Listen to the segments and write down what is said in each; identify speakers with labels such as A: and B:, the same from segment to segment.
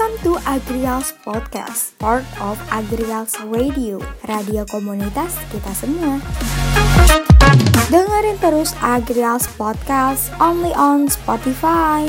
A: Welcome to Agrials Podcast, part of Agrials Radio, radio komunitas kita semua. Dengerin terus Agrials Podcast only on Spotify.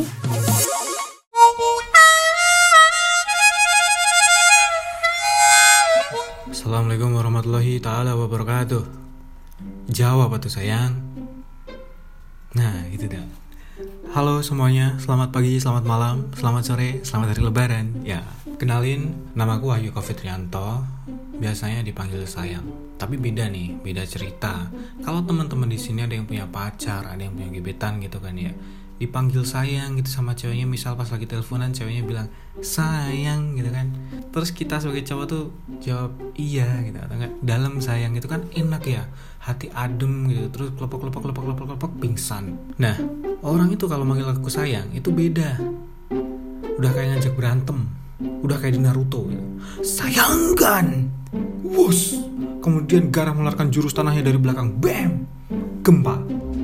B: Assalamualaikum warahmatullahi ta'ala wabarakatuh. Jawab tuh sayang. Nah itu dah. Halo semuanya, selamat pagi, selamat malam, selamat sore, selamat hari lebaran. Ya, kenalin, namaku Wahyu Kofitrianto. Biasanya dipanggil sayang. Tapi beda nih, beda cerita. Kalau teman-teman di sini ada yang punya pacar, ada yang punya gebetan gitu kan ya, dipanggil sayang gitu sama ceweknya. Misal pas lagi teleponan ceweknya bilang sayang gitu kan, terus kita sebagai cowok tuh jawab iya gitu atau enggak dalam sayang gitu kan, enak ya, hati adem gitu. Terus kelepok pingsan. Nah orang itu kalau manggil aku sayang itu beda, udah kayak ngajak berantem, udah kayak di Naruto gitu. Sayang kan, wuss, kemudian Gaara mengeluarkan jurus tanahnya dari belakang, bam, gempa.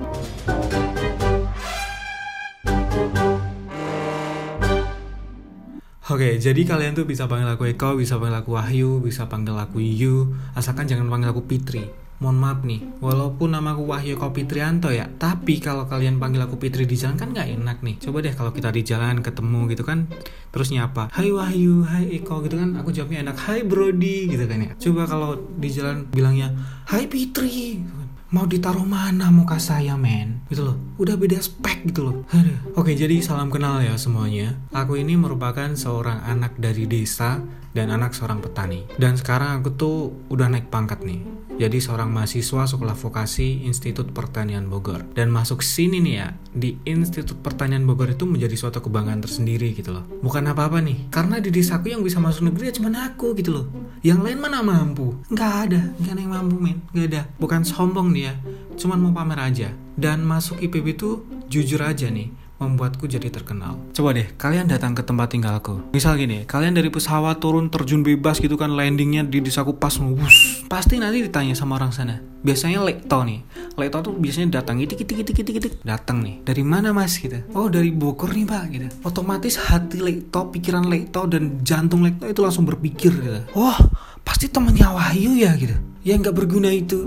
B: Oke, jadi kalian tuh bisa panggil aku Eko, bisa panggil aku Wahyu, bisa panggil aku Yu, asalkan jangan panggil aku Fitri. Mohon maaf nih, walaupun nama aku Wahyu Kofitrianto ya, tapi kalau kalian panggil aku Fitri di jalan kan gak enak nih. Coba deh kalau kita di jalan ketemu gitu kan, terus nyapa, hai Wahyu, hai Eko gitu kan, aku jawabnya enak, hai Brody gitu kan ya. Coba kalau di jalan bilangnya, hai Fitri, mau ditaruh mana muka saya men, gitu loh, udah beda spek gitu loh. Aduh. Oke, jadi salam kenal ya semuanya. Aku ini merupakan seorang anak dari desa dan anak seorang petani. Dan sekarang aku tuh udah naik pangkat nih, jadi seorang mahasiswa sekolah vokasi Institut Pertanian Bogor. Dan masuk sini nih ya, di Institut Pertanian Bogor itu menjadi suatu kebanggaan tersendiri gitu loh. Bukan apa-apa nih, karena di desaku yang bisa masuk negeri ya cuma aku gitu loh. Yang lain mana mampu? Nggak ada yang mampu men, nggak ada. Bukan sombong dia, cuman mau pamer aja. Dan masuk IPB tuh jujur aja nih, membuatku jadi terkenal. Coba deh, kalian datang ke tempat tinggalku. Misal gini, kalian dari pesawat turun terjun bebas gitu kan, landingnya di desaku pas, wuss. Pasti nanti ditanya sama orang sana. Biasanya lekto nih. Lekto tuh biasanya datang gitu. Datang nih. Dari mana mas gitu? Oh dari Bogor nih pak gitu. Otomatis hati lekto, pikiran lekto dan jantung lekto itu langsung berpikir gitu. Wah, pasti temannya Wahyu ya gitu. Yang nggak berguna itu.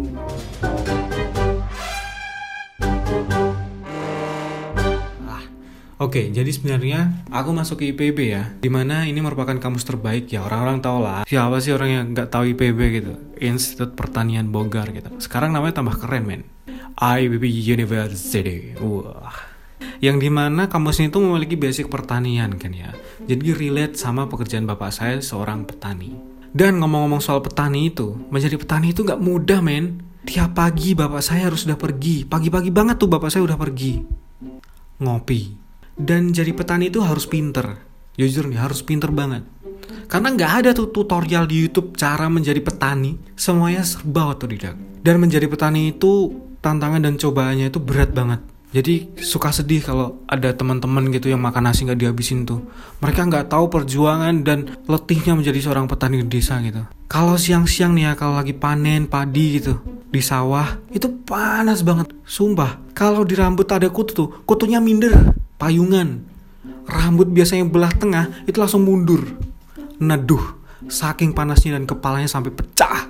B: Oke, jadi sebenarnya aku masuk ke IPB ya, dimana ini merupakan kampus terbaik ya, orang-orang tau lah. Siapa sih orang yang nggak tahu IPB gitu? Institut Pertanian Bogor gitu. Sekarang namanya tambah keren men, IPB University. Wah, yang dimana kampus ini tuh memiliki basic pertanian kan ya. Jadi relate sama pekerjaan bapak saya seorang petani. Dan ngomong-ngomong soal petani itu, menjadi petani itu nggak mudah men. Tiap pagi bapak saya harus udah pergi, pagi-pagi banget tuh bapak saya udah pergi ngopi. Dan jadi petani itu harus pinter. Jujur nih, harus pinter banget. Karena gak ada tuh tutorial di YouTube cara menjadi petani. Semuanya serba otodidak. Dan menjadi petani itu tantangan dan cobaannya itu berat banget. Jadi suka sedih kalau ada teman-teman gitu yang makan nasi gak dihabisin tuh. Mereka gak tahu perjuangan dan letihnya menjadi seorang petani di desa gitu. Kalau siang-siang nih ya, kalau lagi panen padi gitu di sawah, itu panas banget. Sumpah, kalau di rambut ada kutu tuh, kutunya minder. Payungan, rambut biasanya belah tengah itu langsung mundur, neduh, saking panasnya dan kepalanya sampai pecah.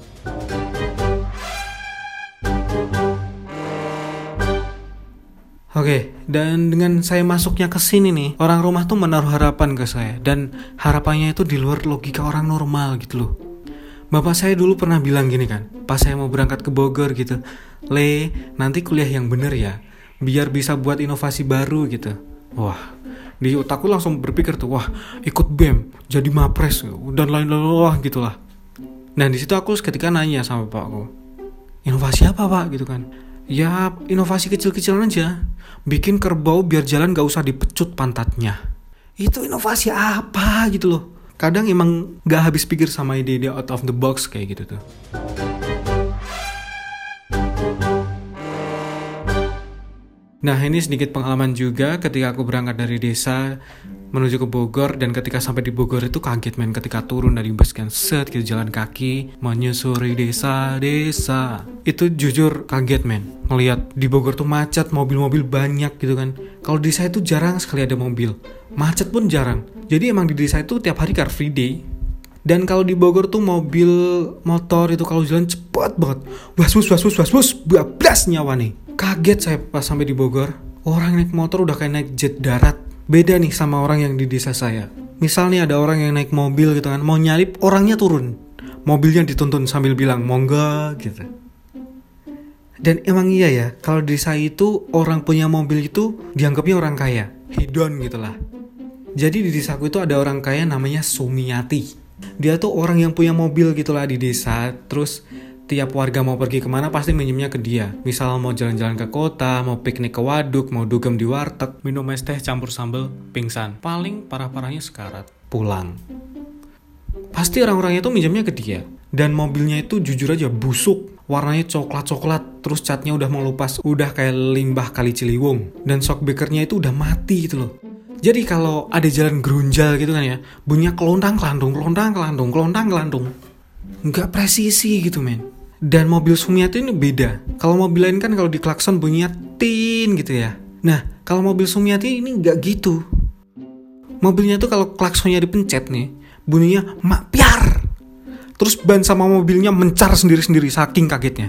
B: Oke, dan dengan saya masuknya ke sini nih, orang rumah tuh menaruh harapan ke saya, dan harapannya itu di luar logika orang normal gitu loh. Bapak saya dulu pernah bilang gini kan, pas saya mau berangkat ke Bogor gitu, Le, nanti kuliah yang bener ya, biar bisa buat inovasi baru gitu. Wah, di otakku langsung berpikir tuh, wah ikut BEM, jadi mapres dan lain-lain gitulah. Nah di situ aku ketika nanya sama bapakku, inovasi apa pak gitu kan? Ya inovasi kecil-kecilan aja, bikin kerbau biar jalan gak usah dipecut pantatnya. Itu inovasi apa gitu loh. Kadang emang gak habis pikir sama ide-ide out of the box kayak gitu tuh. Nah ini sedikit pengalaman juga ketika aku berangkat dari desa menuju ke Bogor. Dan ketika sampai di Bogor itu kaget men, ketika turun dari bus kan, set gitu jalan kaki menyusuri desa-desa. Itu jujur kaget men, ngelihat di Bogor tuh macet, mobil-mobil banyak gitu kan. Kalau di desa itu jarang sekali ada mobil, macet pun jarang. Jadi emang di desa itu tiap hari Car Free Day. Dan kalau di Bogor tuh mobil motor itu kalau jalan cepet banget. Was, bablas nyawa nih. Kaget saya pas sampai di Bogor. Orang naik motor udah kayak naik jet darat. Beda nih sama orang yang di desa saya. Misal nih ada orang yang naik mobil gitu kan, mau nyalip, orangnya turun. Mobilnya dituntun sambil bilang, monggo gitu. Dan emang iya ya, kalau di desa itu orang punya mobil itu dianggapnya orang kaya, hedon gitulah. Jadi di desaku itu ada orang kaya namanya Sumiati. Dia tuh orang yang punya mobil gitulah di desa. Terus tiap warga mau pergi kemana pasti minjemnya ke dia. Misal mau jalan-jalan ke kota, mau piknik ke waduk, mau dugem di warteg, minum es teh campur sambal, pingsan. Paling parah-parahnya sekarat, pulang. Pasti orang-orangnya tuh minjemnya ke dia. Dan mobilnya itu jujur aja busuk. Warnanya coklat-coklat, terus catnya udah melupas, udah kayak limbah Kali Ciliwung. Dan shockbreakernya itu udah mati gitu loh. Jadi kalau ada jalan gerunjal gitu kan ya, bunyinya kelontang-kelantung. Nggak presisi gitu men. Dan mobil Sumiati ini beda. Kalau mobil lain kan kalau diklakson bunyinya tin gitu ya. Nah, kalau mobil Sumiati ini nggak gitu. Mobilnya tuh kalau klaksonnya dipencet nih, bunyinya makpiar. Terus ban sama mobilnya mencar sendiri-sendiri saking kagetnya.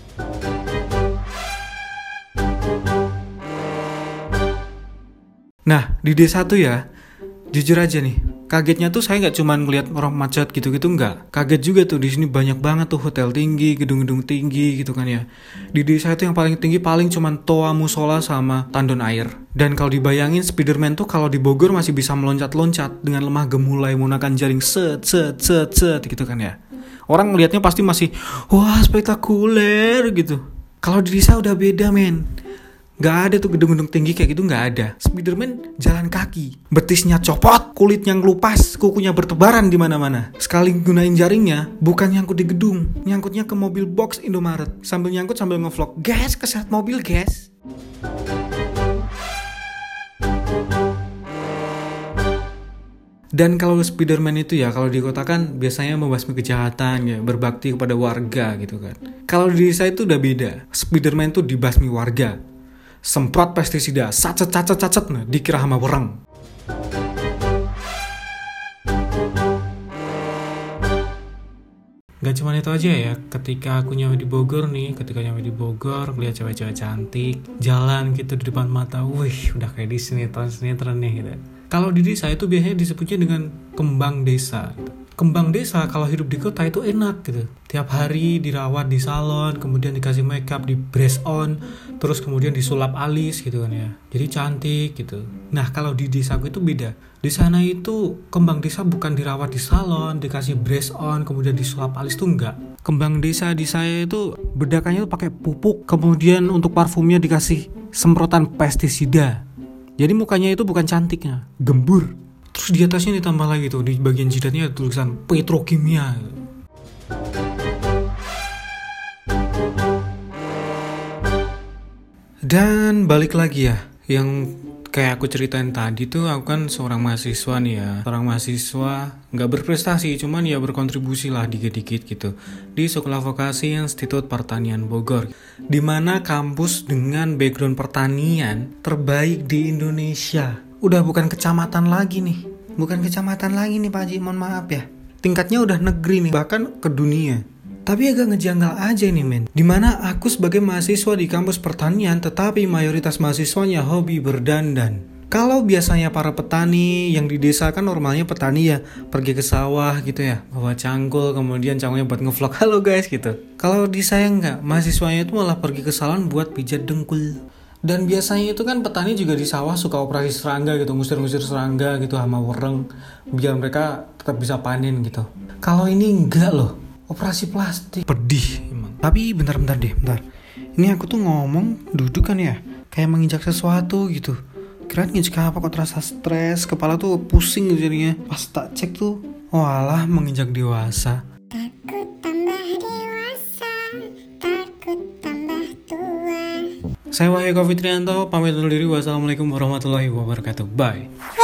B: Nah, di desa tuh ya, jujur aja nih, kagetnya tuh saya nggak cuma ngeliat orang macet gitu-gitu, nggak. Kaget juga tuh, di sini banyak banget tuh hotel tinggi, gedung-gedung tinggi gitu kan ya. Di desa itu yang paling tinggi paling cuma toa musola sama tandon air. Dan kalau dibayangin Spiderman tuh kalau di Bogor masih bisa meloncat-loncat dengan lemah gemulai menggunakan jaring set gitu kan ya. Orang ngelihatnya pasti masih wah spektakuler gitu. Kalau di desa udah beda men. Gak ada tuh gedung-gedung tinggi kayak gitu, gak ada. Spiderman jalan kaki, betisnya copot, kulitnya ngelupas, kukunya bertebaran di mana-mana. Sekali gunain jaringnya, bukan nyangkut di gedung, nyangkutnya ke mobil box Indomaret. Sambil nyangkut sambil ngevlog, guys, keset mobil guys. Dan kalau Spiderman itu ya, kalau di kota kan biasanya membasmi kejahatan ya, berbakti kepada warga gitu kan. Kalau di desa itu udah beda. Spiderman itu dibasmi warga. Semprot pestisida, cacet, nah, dikira hama wereng. Gak cuma itu aja ya, ketika aku nyampe di Bogor nih, lihat cewek-cewek cantik, jalan gitu di depan mata, wih, udah kayak di sinetron nih gitu. Kalau di desa itu biasanya disebutnya dengan kembang desa. Kembang desa kalau hidup di kota itu enak gitu. Tiap hari dirawat di salon, kemudian dikasih makeup, di brush on, terus kemudian disulap alis gitu kan ya. Jadi cantik gitu. Nah kalau di desaku itu beda. Di sana itu kembang desa bukan dirawat di salon, dikasih brush on, kemudian disulap alis tuh enggak. Kembang desa di saya itu bedakannya tuh pakai pupuk, kemudian untuk parfumnya dikasih semprotan pestisida. Jadi mukanya itu bukan cantiknya, gembur. Terus di atasnya ditambah lagi tuh, di bagian jidatnya ada tulisan petrokimia. Dan balik lagi ya, yang kayak aku ceritain tadi tuh, aku kan seorang mahasiswa nih ya. Seorang mahasiswa gak berprestasi, cuman ya berkontribusi lah dikit-dikit gitu di Sekolah Vokasi Institut Pertanian Bogor, dimana kampus dengan background pertanian terbaik di Indonesia. Udah bukan kecamatan lagi nih Pak Haji, mohon maaf ya. Tingkatnya udah negeri nih, bahkan ke dunia. Tapi agak ngejanggal aja nih men. Dimana aku sebagai mahasiswa di kampus pertanian, tetapi mayoritas mahasiswanya hobi berdandan. Kalau biasanya para petani yang di desa kan normalnya petani ya, pergi ke sawah gitu ya, bawa cangkul, kemudian cangkulnya buat ngevlog, halo guys gitu. Kalau di saya enggak, mahasiswanya itu malah pergi ke salon buat pijat dengkul. Dan biasanya itu kan petani juga di sawah suka operasi serangga gitu, ngusir-ngusir serangga gitu, hama wereng, biar mereka tetap bisa panen gitu. Kalau ini enggak loh, operasi plastik. Pedih emang. Tapi bentar deh. Ini aku tuh ngomong, duduk kan ya, kayak menginjak sesuatu gitu. Kirain nginjak apa kok terasa stres, kepala tuh pusing jadinya. Pas tak cek tuh, walah menginjak dewasa.
C: Takut tambah dewasa, takut tambah tua.
B: Saya Wahyu Kofitrianto, pamit undur diri. Wassalamualaikum warahmatullahi wabarakatuh. Bye.